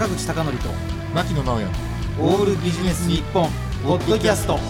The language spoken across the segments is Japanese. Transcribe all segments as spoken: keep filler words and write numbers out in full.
坂口孝則と牧野直哉オールビジネス日本ポッドキャスト。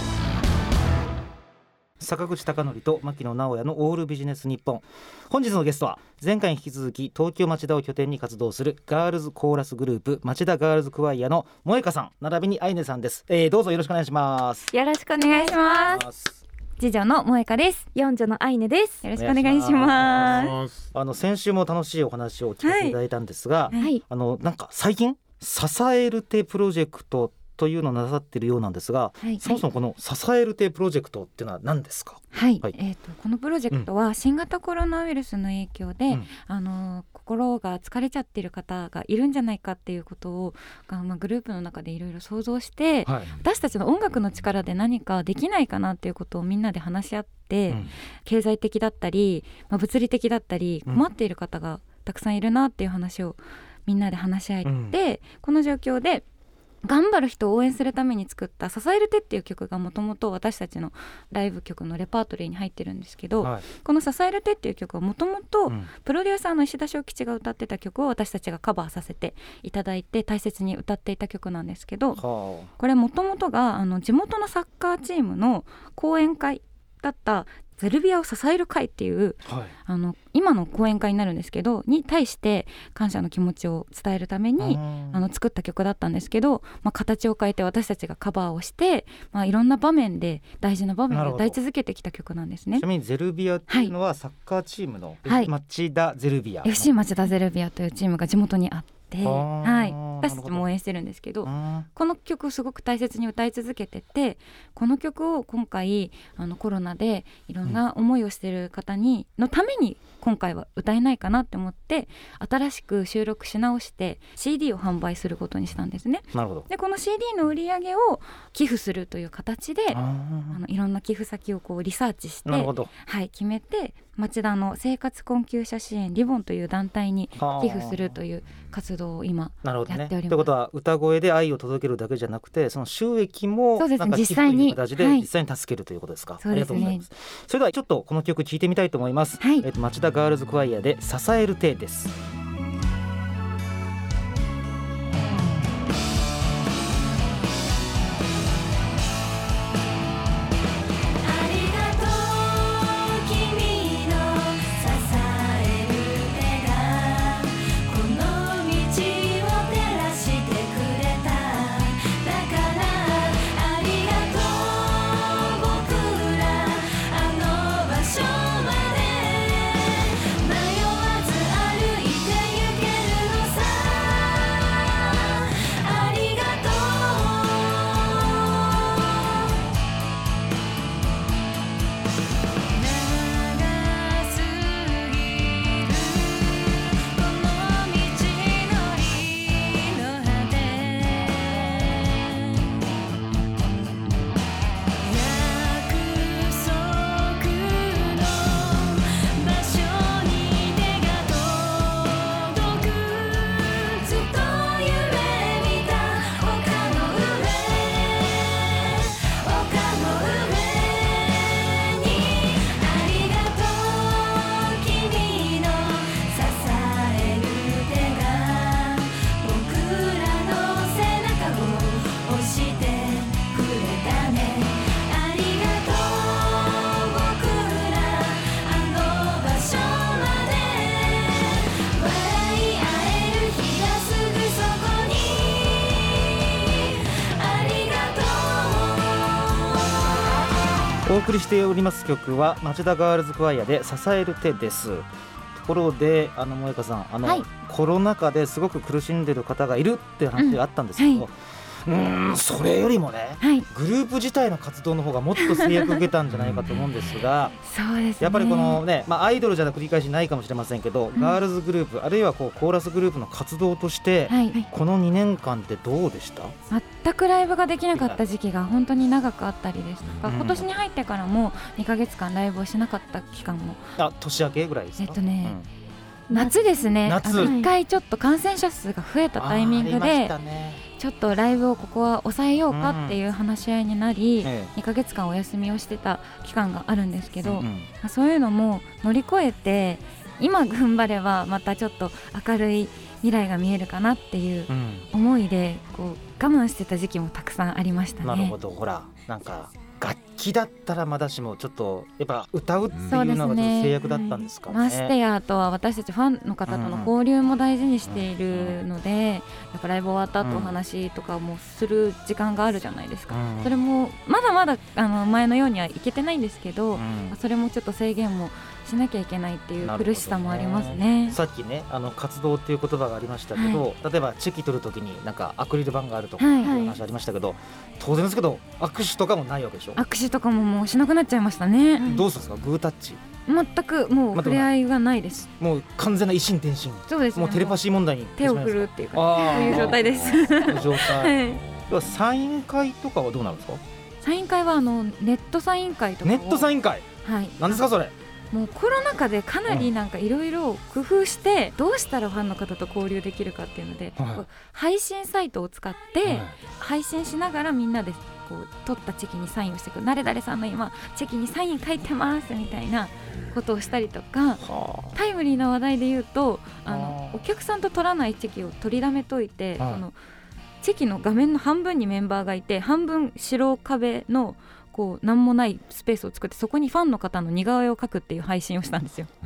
坂口孝則と牧野直哉のオールビジネス日本。本日のゲストは前回に引き続き東京町田を拠点に活動するガールズコーラスグループ町田ガールズクワイアの萌香さん並びに愛音さんです、えー、どうぞよろしくお願いします。 よろしくお願いします。次女の萌香です。四女の愛音です。よろしくお願いします。 あの先週も楽しいお話を聞いていただいたんですが、 はい、 あのなんか最近支える手プロジェクトというのをなさっているようなんですが、はい、そもそもこの支える手プロジェクトっていうのは何ですか？ はい、はい、えーと、このプロジェクトは新型コロナウイルスの影響で、うん、あの心が疲れちゃっている方がいるんじゃないかっていうことを、まあ、グループの中でいろいろ想像して、はい、私たちの音楽の力で何かできないかなっていうことをみんなで話し合って、うん、経済的だったり、まあ、物理的だったり困っている方がたくさんいるなっていう話をみんなで話し合って、うん、この状況で頑張る人を応援するために作った支える手っていう曲がもともと私たちのライブ曲のレパートリーに入ってるんですけど、はい、この支える手っていう曲はもともとプロデューサーの石田正吉が歌ってた曲を私たちがカバーさせていただいて大切に歌っていた曲なんですけど、これもともとがあの地元のサッカーチームの講演会だったゼルビアを支える会っていう、はい、あの今の講演会になるんですけどに対して感謝の気持ちを伝えるためにあの作った曲だったんですけど、まあ、形を変えて私たちがカバーをして、まあ、いろんな場面で大事な場面で歌い続けてきた曲なんですね。 ちなみにゼルビアっていうのはサッカーチームの、はい、町田ゼルビアエフシー 町田ゼルビアというチームが地元にあって、はい、私たちも応援してるんですけど、この曲をすごく大切に歌い続けてて、この曲を今回あのコロナでいろんな思いをしてる方に、うん、のために今回は歌えないかなって思って新しく収録し直して シーディー を販売することにしたんですね。 なるほど。 でこの シーディー の売り上げを寄付するという形であのいろんな寄付先をこうリサーチして、はい、決めて町田の生活困窮者支援リボンという団体に寄付するという活動を今やっております。なるほどね。 ということは歌声で愛を届けるだけじゃなくてその収益もそうです、ね、 なんか実際に寄付という形で実際に助けるということですか？ そうですね。 ありがとうございます。それではちょっとこの曲聴いてみたいと思います、はい。えー、と町田ガールズクワイアで支える手です。お送りしております曲は町田ガールズクワイアで支える手です。ところであの萌香さんあの、はい、コロナ禍ですごく苦しんでる方がいるって話があったんですけど、うんはい、うーんそれよりもね、はい、グループ自体の活動の方がもっと制約を受けたんじゃないかと思うんですがそうですね、 やっぱりこのね、まあ、アイドルじゃなく繰り返しないかもしれませんけど、うん、ガールズグループあるいはこうコーラスグループの活動として、はい、このにねんかんってどうでした？ 全くライブができなかった時期が本当に長くあったりですとか、うん、今年に入ってからもにかげつかんライブをしなかった期間もあ年明けぐらいですか？ えっとね、うん、夏ですね。夏いっかいちょっと感染者数が増えたタイミングで、ね、ちょっとライブをここは抑えようかっていう話し合いになり、うん、にかげつかんお休みをしてた期間があるんですけど、うん、そういうのも乗り越えて今頑張ればまたちょっと明るい未来が見えるかなっていう思いでこう我慢してた時期もたくさんありましたね。 なるほど。ほらなんか楽器だったらまだしもちょっとやっぱ歌うっていうのがちょっと制約だったんですかね。 ましてやあとは私たちファンの方との交流も大事にしているので、やっぱライブ終わった後お話とかもする時間があるじゃないですか、うん、それもまだまだあの前のようにはいけてないんですけど、うん、それもちょっと制限もしなきゃいけないっていう苦しさもあります ね, ねさっきねあの活動っていう言葉がありましたけど、はい、例えばチェキ取るときになんかアクリル板があるとかっていう話ありましたけど、はい、当然ですけど握手とかもないわけでしょ。 握手とかももうしなくなっちゃいましたね、 うん、どうするんですかグータッチ。 全くもう触れ合いがないです。 もう完全な一心転心。 そうですね。 もうテレパシー問題に手を振るっていうかそういう状態です。 状態、はい、サイン会とかはどうなるんですか。 サイン会はあのネットサイン会とか。 ネットサイン会、 はい、 何ですかそれ。 もうコロナ禍でかなりなんかいろいろ工夫してどうしたらファンの方と交流できるかっていうので、はい、配信サイトを使って配信しながらみんなでこう取ったチェキにサインをしていく。誰々さんの今チェキにサイン書いてますみたいなことをしたりとか、タイムリーな話題で言うとあのお客さんと取らないチェキを取りだめといて、そのチェキの画面の半分にメンバーがいて半分白壁のこう何もないスペースを作ってそこにファンの方の似顔絵を描くっていう配信をしたんですよ。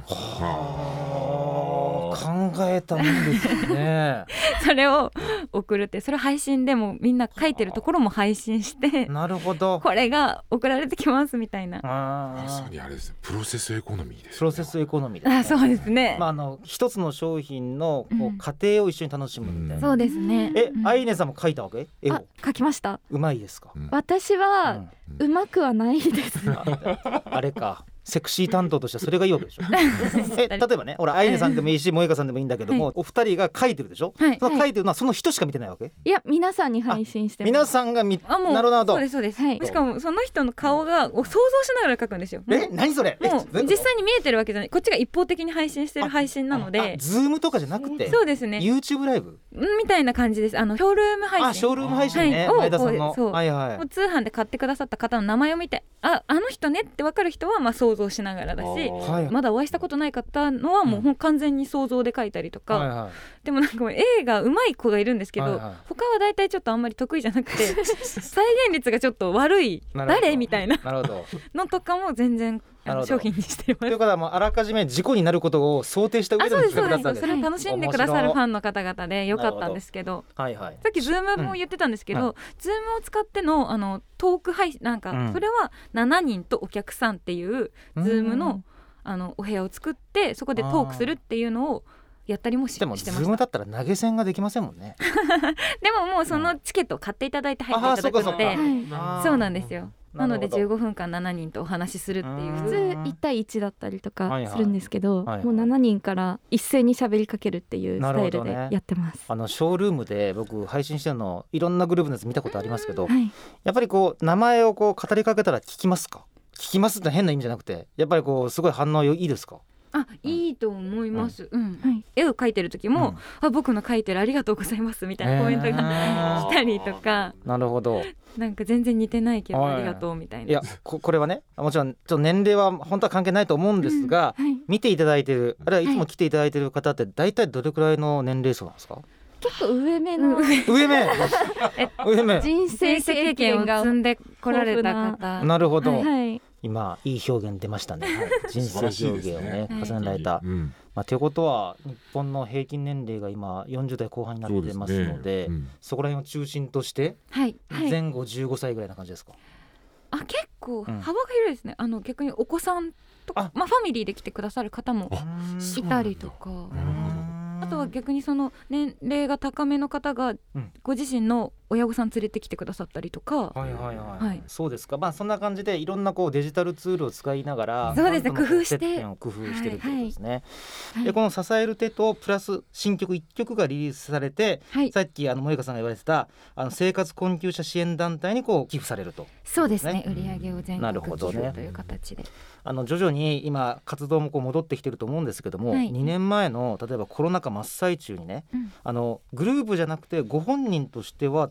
はあ、考えたもんですね。 それを送るって、それを配信でもみんな書いてるところも配信して、 なるほど、 これが送られてきますみたいな。 まさにあれですね、プロセスエコノミーですね。 プロセスエコノミーですね。 あ、そうですね。 まあ、あの一つの商品のこう過程を一緒に楽しむみたいな、 うん、そうですね。 え、アイネさんも書いたわけ？絵を。 あ、書きました。 うまいですか？ うん、私は、うん、うまくはないです。 あ, あれかセクシー担当としてはそれがいいわけでしょ。え例えばね、ほらアイネさんでもいいし萌香さんでもいいんだけども、はい、お二人が書いてるでしょ、はい、その書いてるのはその人しか見てないわけ？ いや、皆さんに配信してます。 皆さんが見あ、もうなるほど。 そうですそうです、はい、しかもその人の顔が想像しながら書くんですよ。 え、何それ。 もう実際に見えてるわけじゃない、こっちが一方的に配信してる配信なので。 ズームとかじゃなくて、 そうですね、 YouTube ライブみたいな感じです。あのショールーム配信。 あ、ショールーム配信ね、はい、前田さんの。そう、はいはい、 もう通販で買ってくださった方の名前を見て、あ、あの人ねって分かる人はまあ想像しながらだし、はい、まだお会いしたことない方のはもう完全に想像で書いたりとか、はいはい、でもなんかもう絵が上手い子がいるんですけど、はいはい、他はだいたいちょっとあんまり得意じゃなくて再現率がちょっと悪い誰みたいなのとかも全然商品にしています。 ということはもうあらかじめ事故になることを想定した上での企画だったんです。 それを楽しんでくださるファンの方々でよかったんですけど、はいはい、さっきズームも言ってたんですけど、うん、ズームを使ってのあのトーク配信なんか、うん、それはしちにんとお客さんっていうズームのあのお部屋を作ってそこでトークするっていうのをやったりも し, してました。 でもズームだったら投げ銭ができませんもんね。 でももうそのチケットを買っていただいて入っていただくので、そうなんですよ。なのでじゅうごふんかんしちにんとお話しするっていう、 普通いち対いちだったりとかするんですけど、はいはい、もうしちにんから一斉に喋りかけるっていうスタイルでやってます、ね、 あのショールームで僕配信してるのいろんなグループのやつ見たことありますけど、はい、やっぱりこう名前をこう語りかけたら聞きますか？聞きますって変な意味じゃなくて、やっぱりこうすごい反応いいですか？ あ、いいと思います、うんうんはい、絵を描いてる時も、うん、あ、僕の描いてるありがとうございますみたいなコメントが来たりとか、 なるほど、 なんか全然似てないけどありがとうみたいな。 いや こ, これはね、もちろんちょっと年齢は本当は関係ないと思うんですが、うんはい、見ていただいてる、あるいはいつも来ていただいてる方って大体どれくらいの年齢層なんですか？ 結構上目の上目上目人生経験が積んでこられた方。 なるほど、 はいはい、 今いい表現出ましたね、はい、人生表現をね重ねられた、うんまあ、ということは日本の平均年齢が今よんじゅう代後半になってますの で, そ, で、ねうん、そこら辺を中心として、はい、前後じゅうごさいぐらいな感じですか？ あ、結構幅が広いですね、うん、あの逆にお子さんとか、まあ、ファミリーで来てくださる方もいたりとか、あとは逆にその年齢が高めの方がご自身の親御さん連れてきてくださったりとか、はいはいはい、はい、 そうですか。まあそんな感じでいろんなこうデジタルツールを使いながら、 そうですね、工夫して接点を工夫してるってことですね、はいはい、でこの支える手とプラス新曲いっきょくがリリースされて、はい、さっきあの萌香さんが言われてたあの生活困窮者支援団体にこう寄付されると、 そうですね、売り上げを全国寄付という形で、 あの徐々に今活動もこう戻ってきてると思うんですけども、はい、にねんまえの例えばコロナ禍真っ最中にね、うん、あのグループじゃなくてご本人としては例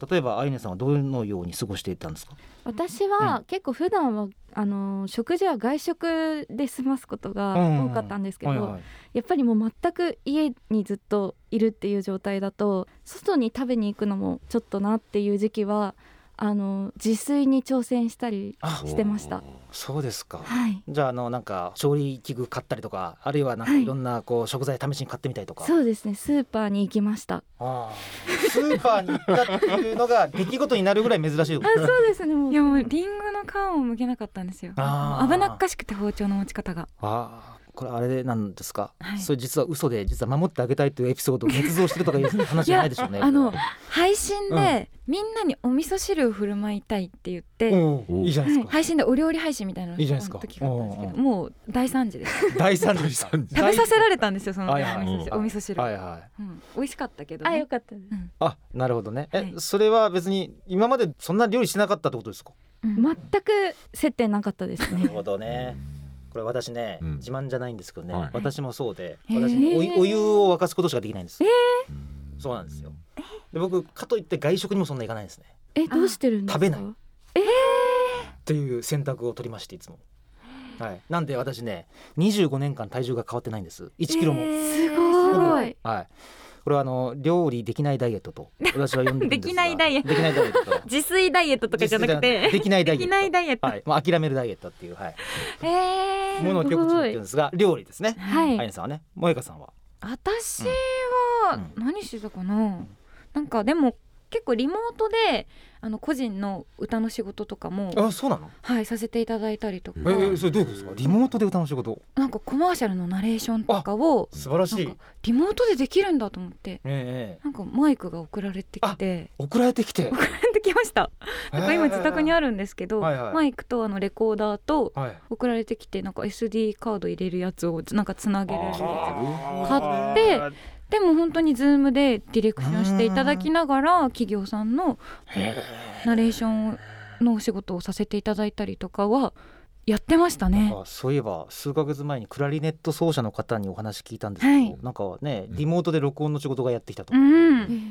例えばアイネさんはどのように過ごしていたんですか？ 私は結構普段はあの食事は外食で済ますことが多かったんですけど、うんはいはい、やっぱりもう全く家にずっといるっていう状態だと外に食べに行くのもちょっとなっていう時期はあの自炊に挑戦したりしてました。 そうですか、 はい、 じゃあ、あのなんか調理器具買ったりとか、あるいはなんかいろんなこう食材試しに買ってみたりとか、 はい、そうですね、スーパーに行きました。 あスーパーに行ったっていうのが出来事になるぐらい珍しいあそうですね。もういやもうリンゴの皮を剥けなかったんですよ。危なっかしくて包丁の持ち方が。 あこれあれなんですか、 はい、 それ実は嘘で実は守ってあげたいというエピソードを捏造してるとかいう話じゃないでしょうね。 あの配信で、うん、みんなにお味噌汁を振る舞いたいって言って、 うん、いいじゃないですか、 はい、配信でお料理配信みたいなのをした時があったんですけど、もう大惨事です大惨事食べさせられたんですよ、そのお味噌汁、 はいはいうん、美味しかったけど、ね、 あよかったです、 うん、 あなるほどね。え、はい、それは別に今までそんな料理しなかったってことですか？ うん、全く接点なかったですね。 なるほどね。これ私ね、うん、自慢じゃないんですけどね、はい、私もそうで、 えー、 私も お, お湯を沸かすことしかできないんです、えー、そうなんですよ。で僕かといって外食にもそんな行かないんですね。 えどうしてるんですか？ 食べない、 えー、 っていう選択を取りまして、いつも、はい、なんで私ねにじゅうごねんかん体重が変わってないんです。いちキロも、えー、すごい、 はい、これはあの料理できないダイエットと私は呼んでるんですができないダイエット、 できないダイエット自炊ダイエットとかじゃなくてできないダイエット、 できないダイエット、 はい、まあ、諦めるダイエットっていう、はい、 えー、 ものを極致言ってるんですが、料理ですね。 はい、 あいねさんはね、萌香さんは？ 私は何してたかな、うん、なんかでも結構リモートであの個人の歌の仕事とかも、 あそうなの、 はい、させていただいたりとか。 えー、それどういうことですか？リモートで歌の仕事、 なんかコマーシャルのナレーションとかを素晴らしい、 リモートでできるんだと思って、 えー、 なんかマイクが送られてきて送られてきて送られてきました。なんか今自宅にあるんですけど、 はいはい、 マイクとあのレコーダーと送られてきて、なんか エスディー カード入れるやつをなんかつなげられるやつ買って、でも本当にズームでディレクションしていただきながら企業さんのナレーションのお仕事をさせていただいたりとかはやってましたね。 なんかそういえば数ヶ月前にクラリネット奏者の方にお話聞いたんですけど、はい、なんかねリモートで録音の仕事がやってきたと、うん、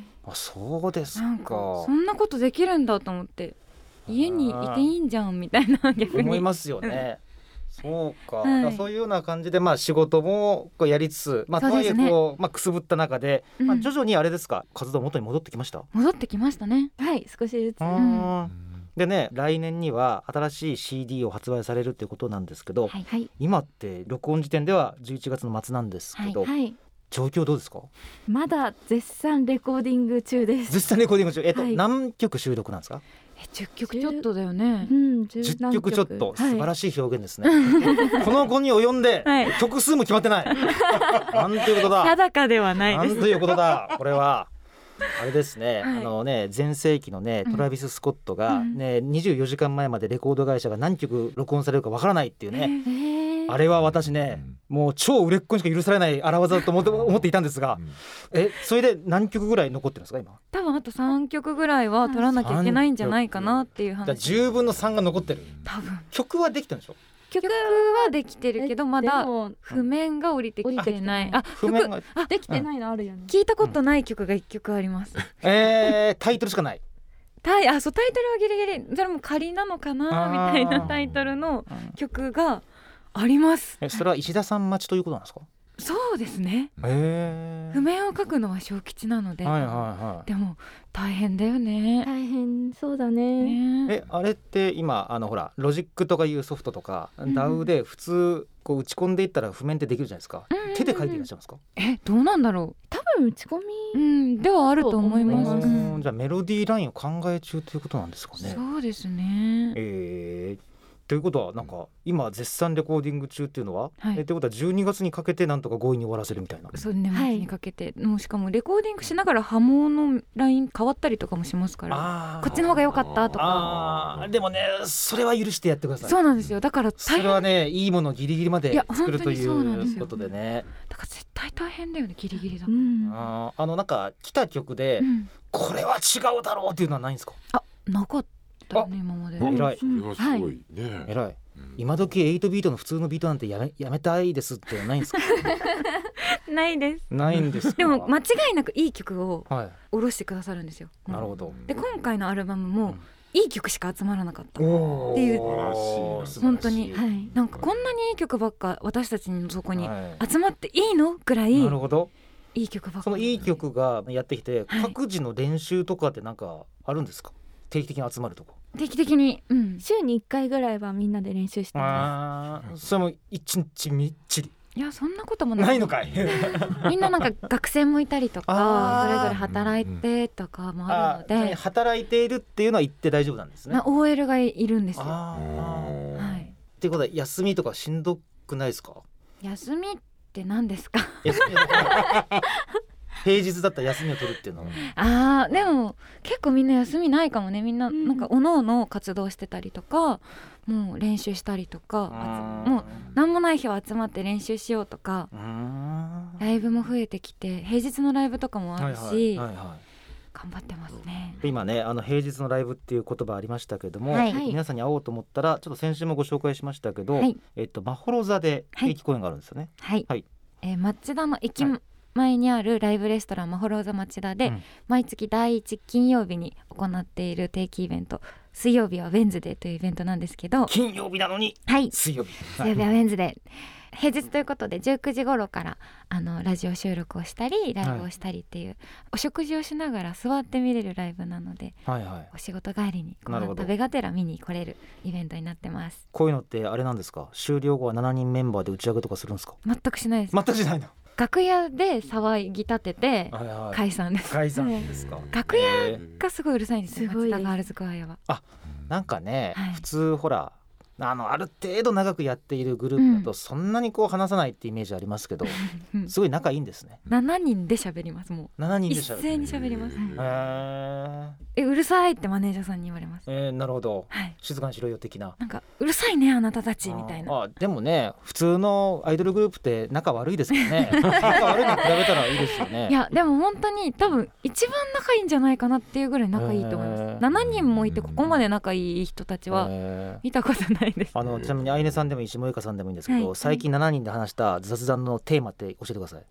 あそうですか。 なんかそんなことできるんだと思って、家にいていいんじゃんみたいな逆に思いますよねそうか、はい、そういうような感じで、まあ、仕事もこうやりつつ、まあ、とはいえこう、まあ、くすぶった中で、うんまあ、徐々にあれですか、活動元に戻ってきました？ 戻ってきましたね。 はい少しずつ、うん、 でね、来年には新しい シーディー を発売されるっていうことなんですけど、はい、今って録音時点ではじゅういちがつの末なんですけど、はいはい、状況どうですか？ まだ絶賛レコーディング中です。 絶賛レコーディング中、えっと、はい、何曲収録なんですか？ えじゅっきょくちょっとだよね、 うん、 じゅっきょくちょっと、素晴らしい表現ですね、はい、この後に及んで、はい、曲数も決まってないなんていうことだ、 定かではないです。 なんていうことだこれはあれですね、はい、あのね前世紀のねトラビス・スコットが、ねうん、にじゅうよじかんまえまでレコード会社が何曲録音されるかわからないっていうね、えー、あれは私ね、うん、もう超売れっ子にしか許されない荒技と思って、思っていたんですが、うん、えそれで何曲ぐらい残ってるんですか今？ 多分あとさんきょくぐらいは取らなきゃいけないんじゃないかなっていう話。 じゃあじゅうぶんのさんが残ってる。 多分曲はできてるんでしょ？ 曲はできてるけどまだ譜面が降りてきてない。あ、 譜面ができてないのあるよね、 うん、聞いたことない曲がいっきょくあります、うん、 えー、タイトルしかない。 タイ、あ、そうタイトルはギリギリそれも仮なのかなみたいなタイトルの曲があります。 えそれは石田さん待ちということなんですか？ そうですね、 えー、 譜面を書くのは小吉なので、 はいはいはい、 でも大変だよね。 大変そうだね。 えあれって今あのほらロジックとかいうソフトとか、うん、ダウ で普通こう打ち込んでいったら譜面ってできるじゃないですか、うんうんうん、手で書いていらっしゃいますか？ えどうなんだろう。 多分打ち込み、 うん、ではあると思います。 うん、じゃあメロディーラインを考え中ということなんですかね。 そうですね、 えーということはなんか今絶賛レコーディング中っていうのは、はい、えということはじゅうにがつにかけてなんとか強引に終わらせるみたいな。 そう年末にかけて、はい、もうしかもレコーディングしながら波紋のライン変わったりとかもしますから、こっちの方が良かったとか。 あでもねそれは許してやってください。 そうなんですよ。だからそれはねいいものをギリギリまで作るということでね。 だから絶対大変だよねギリギリだ、 うん、ああのなんか来た曲で、うん、これは違うだろうっていうのはないんですか？ あなかったね今まで。 偉い、 それはすごいね、 偉い。 今時エイトビートの普通のビートなんてやめ、やめたいですってないんですか？ ないですないんですか？ でも間違いなくいい曲をはい下ろしてくださるんですよ、 なるほど。 で今回のアルバムもうんいい曲しか集まらなかった、 おーっていう素晴らしい本当にはいなんかこんなにいい曲ばっか私たちのそこにはい集まっていいのぐらいなるほど。 いい曲ばっかそのいい曲がやってきて、 はい各自の練習とかってなんかあるんですか？定期的に集まるとか。 定期的に、うん、 週にいっかいぐらいはみんなで練習してまあーそれも一日みっちりいやそんなこともないないのかい？ みんななんか学生もいたりとあーかそれぞれ働いてとかもあるので、 働いているっていうのは言って大丈夫なんですね。 な オーエル がいるんですよ。 あーはい、 っていうことは休みとかしんどくないですか？ 休みって何ですか？ 休み平日だったら休みを取るっていうのはあーでも結構みんな休みないかもね。みんなうんなんかおのおの活動してたりとかもう練習したりとかあつもう何もない日は集まって練習しようとかうーんライブも増えてきて平日のライブとかもあるし、 はいはいはいは頑張ってますね。 い、今ねあの平日のライブっていう言葉ありましたけども、 はい皆さんに会おうと思ったらちょっと先週もご紹介しましたけど、 はいえっとまほろ座で定期公演があるんですよね。 はい、 はいえー町田の駅はい前にあるライブレストランまほろ座町田で、 うん毎月だいいち金曜日に行っている定期イベント、水曜日はウェンズデーというイベントなんですけど、 金曜日なのにはい水曜日、 水曜日はウェンズデー、平日ということでじゅうくじ頃からあのラジオ収録をしたりライブをしたりっていう、お食事をしながら座って見れるライブなので、 はいはい、 お仕事帰りにごなるほど飯食べがてら見に来れるイベントになってます。 こういうのってあれなんですか？終了後はしちにんメンバーで打ち上げとかするんですか？ 全くしないです。 全くしないの。 楽屋で騒ぎ立ててはいはい、 解散です。 解散ですか？ 楽屋へーがすごいうるさいんですよ。 すごいです町田ガールズクワイアは。 なんかね、 はい普通ほらあのある程度長くやっているグループだとそんなにこう話さないってイメージありますけど、 うんすごい仲いいんですね。 しちにんで喋ります。もしちにうん一でしゃべる。 斉に喋ります。 へーえうるさいってマネージャーさんに言われます。 えー、なるほど。 はい。 静かにしろよ的な。 なんかうるさいねあなたたちみたいな。 ああでもね普通のアイドルグループって仲悪いですからね。仲悪いの比べたらいいですよね。 いやでも本当に多分一番仲いいんじゃないかなっていうぐらい仲いいと思います。 へーななにんもいてここまで仲いい人たちはえー見たことないです。 あのちなみにあいねさんでもいいしもゆかさんでもいいんですけど、 はい最近しちにんで話した雑談のテーマって教えてください。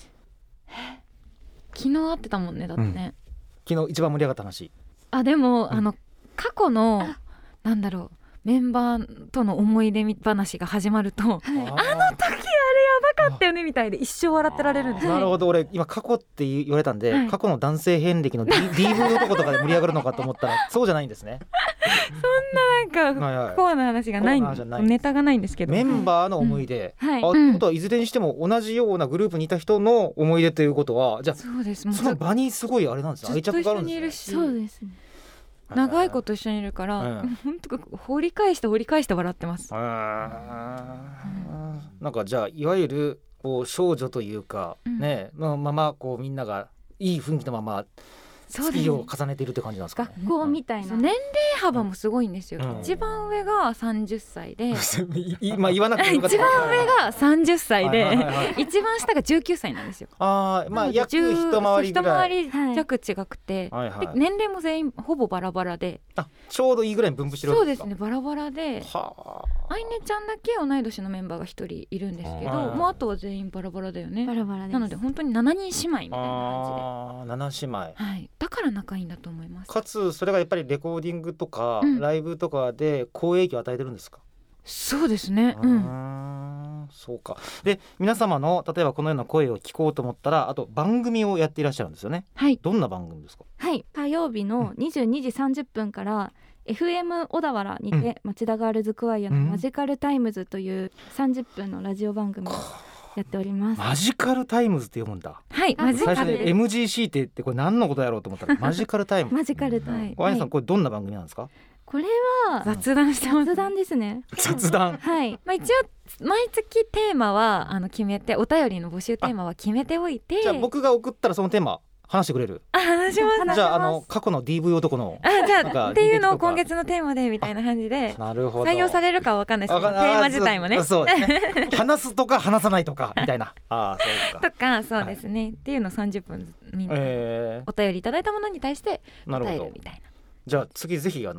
昨日会ってたもんねだってね。 昨日一番盛り上がった話。 あでも、 うんあの過去のなんだろうメンバーとの思い出話が始まるとあの時あれやばかったよねみたいで一生笑ってられるんですよ。 なるほど。俺今過去って言われたんで、 はい過去の男性遍歴の D- ディーブイ 男とかで盛り上がるのかと思ったらそうじゃないんですね。 なんかはいはいコアな話がないコアな話じゃないネタがないんですけど、 メンバーの思い出、 はいあうんことはいずれにしても同じようなグループにいた人の思い出ということはじゃあそうです。もうその場にすごいあれなんですね。愛ずっと一着があるんで緒にいるすね。 し、 そうですね。 長いこと一緒にいるから、 うん本当掘り返して掘り返して笑ってます。 へーなんかじゃあいわゆるこう少女というか、 うんねのままこうみんながいい雰囲気のまま月を重ねているって感じなんですかね。 学校みたいな。 そう年齢幅もすごいんですよ、 うん一番上がさんじゅっさいで今言わなくてよかった一番上がさんじゅっさいで、 はいはいはいはい一番下がじゅうきゅうさいなんですよ。 あーまあなので約一回りぐらい、 一回り弱違くて、 はいはいで年齢も全員ほぼバラバラで、 あちょうどいいぐらいに分布してるわそうでけですか。 すねバラバラで、 はあいねちゃんだけ同い年のメンバーがひとりいるんですけど、 はいもうあとは全員バラバラだよね。 バラバラです。 なので本当にしちにん姉妹みたいな感ああ七姉妹じで、はい、だから仲いいんだと思います。 かつそれがやっぱりレコーディングとか、 うんライブとかで好影響を与えてるんですか。 そうですね、う、 うんーんそうか。で皆様の例えばこのような声を聞こうと思ったらあと番組をやっていらっしゃるんですよね。 はい、 どんな番組ですか。 はい、火曜日のにじゅうにじさんじゅっぷんから エフエム 小田原にて、町田ガールズクワイアのマジカルタイムズというさんじゅっぷんのラジオ番組をやっております。 マジカルタイムズって読むんだ。 はい、 あマジ最初にカルです。 エムジーシー って言ってこれ何のことやろうと思ったらマジカルタイムズ。 マジカルタイムズ、 はい小柳さんはいこれどんな番組なんですか。 これは雑談してます。 雑談ですね。 雑談。 はい、 まあ、一応毎月テーマはあの決めてお便りの募集テーマは決めておいて、 じゃあ僕が送ったらそのテーマ話してくれる。 あ話しますじゃああの過去の ディーブイ 男のあじゃなんかあっていうのを履歴とか今月のテーマでみたいな感じでなるほど採用されるかは分かんないですけど、 わかんテーマ自体もねあそうそうですね話すとか話さないとかみたいな。あそうか。 とかそうですね、っていうのをさんじゅっぷんみんなえお便りいただいたものに対してー、なるほど答えるみ。たいな。 じゃあ次ぜひあの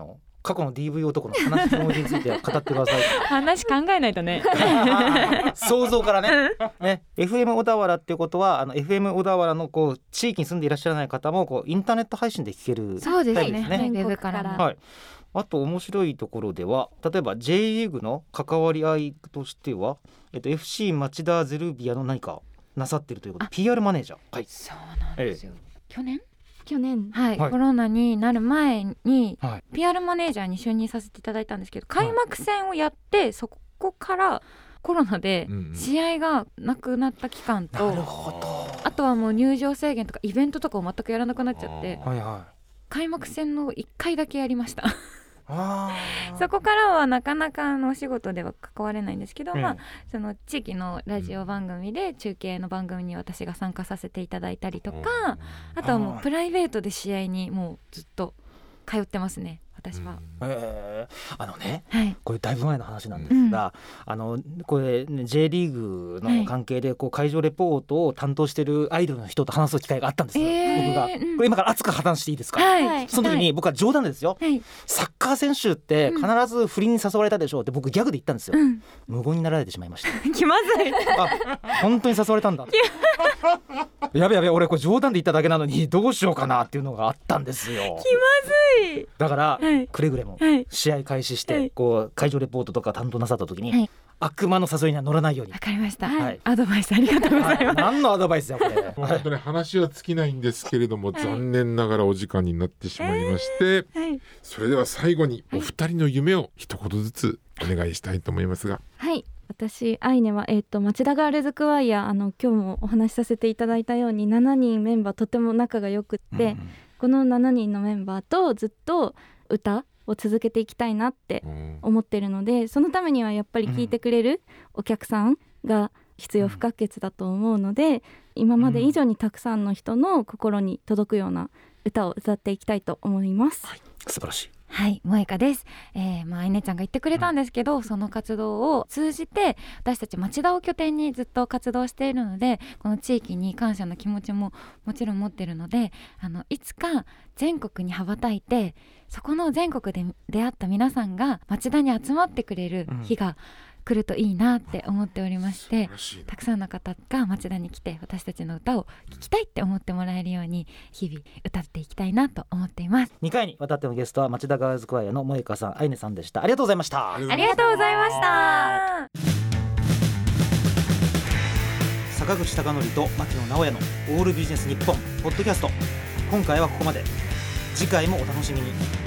過去の ディーブイ 男の話の思い出について語ってください。 話考えないとね想像からねね エフエム 小田原っていうことはあの エフエム 小田原のこう地域に住んでいらっしゃらない方もこうインターネット配信で聞けるそうですね、 ね、 ウェブからも、 はい、あと面白いところでは例えば J リーグの関わり合いとしては、えっと、エフシー 町田ゼルビアの何かなさってるということで ピーアール マネージャー、はい、 そうなんですよ、ええ、去年去年、 はいはい、コロナになる前に、はい、ピーアール マネージャーに就任させていただいたんですけど、開幕戦をやって、はい、そこからコロナで試合がなくなった期間と、うんうん、あとはもう入場制限とかイベントとかを全くやらなくなっちゃって、はいはい、開幕戦のいっかいだけやりましたあそこからはなかなかのお仕事では関われないんですけど、うん、まあ、その地域のラジオ番組で中継の番組に私が参加させていただいたりとか、あとはもうプライベートで試合にもうずっと通ってますね私は、 うん、えー、あのね、 はい、 これだいぶ前の話なんですが、うん、あのこれ、ね、J リーグの関係でこう会場レポートを担当してるアイドルの人と話す機会があったんですよ、えー、僕が、うん、これ今から熱く話していいですか、はい、その時に僕は冗談ですよ、はい、サッカー選手って必ず不倫に誘われたでしょうって僕ギャグで言ったんですよ、うん、無言になられてしまいました気まずいあ本当に誘われたんだやべやべ俺これ冗談で言っただけなのにどうしようかなっていうのがあったんですよ。 気まずい。 だから、はい、くれぐれも試合開始して、はい、こう会場レポートとか担当なさった時に、はい、悪魔の誘いには乗らないように。 わかりました、はい、アドバイスありがとうございます、はい、 何のアドバイスだこれ本当に話は尽きないんですけれども、はい、残念ながらお時間になってしまいまして、えーはい、それでは最後にお二人の夢を一言ずつお願いしたいと思いますが。 はい、私アイネは、えー、と町田ガールズクワイア、あの今日もお話しさせていただいたようにしちにんメンバーとても仲が良くって、うん、このしちにんのメンバーとずっと歌を続けていきたいなって思ってるので、うん、そのためにはやっぱり聴いてくれるお客さんが必要不可欠だと思うので、うん、今まで以上にたくさんの人の心に届くような歌を歌っていきたいと思います、 はい、素晴らしい。 はい、萌香です、えーまあ、アイネちゃんが言ってくれたんですけど、うん、その活動を通じて私たち町田を拠点にずっと活動しているので、この地域に感謝の気持ちももちろん持っているので、あのいつか全国に羽ばたいて、そこの全国で出会った皆さんが町田に集まってくれる日が、うん、来るといいなって思っておりまして、たくさんの方が町田に来て私たちの歌を聴きたいって思ってもらえるように日々歌っていきたいなと思っています。 にかいにわたってのゲストは町田ガールズクワイアの萌香さん、アイネさんでした。ありがとうございました。 ありがとうございました。 坂口孝則と牧野直哉のオールビジネス日本ポッドキャスト、今回はここまで。次回もお楽しみに。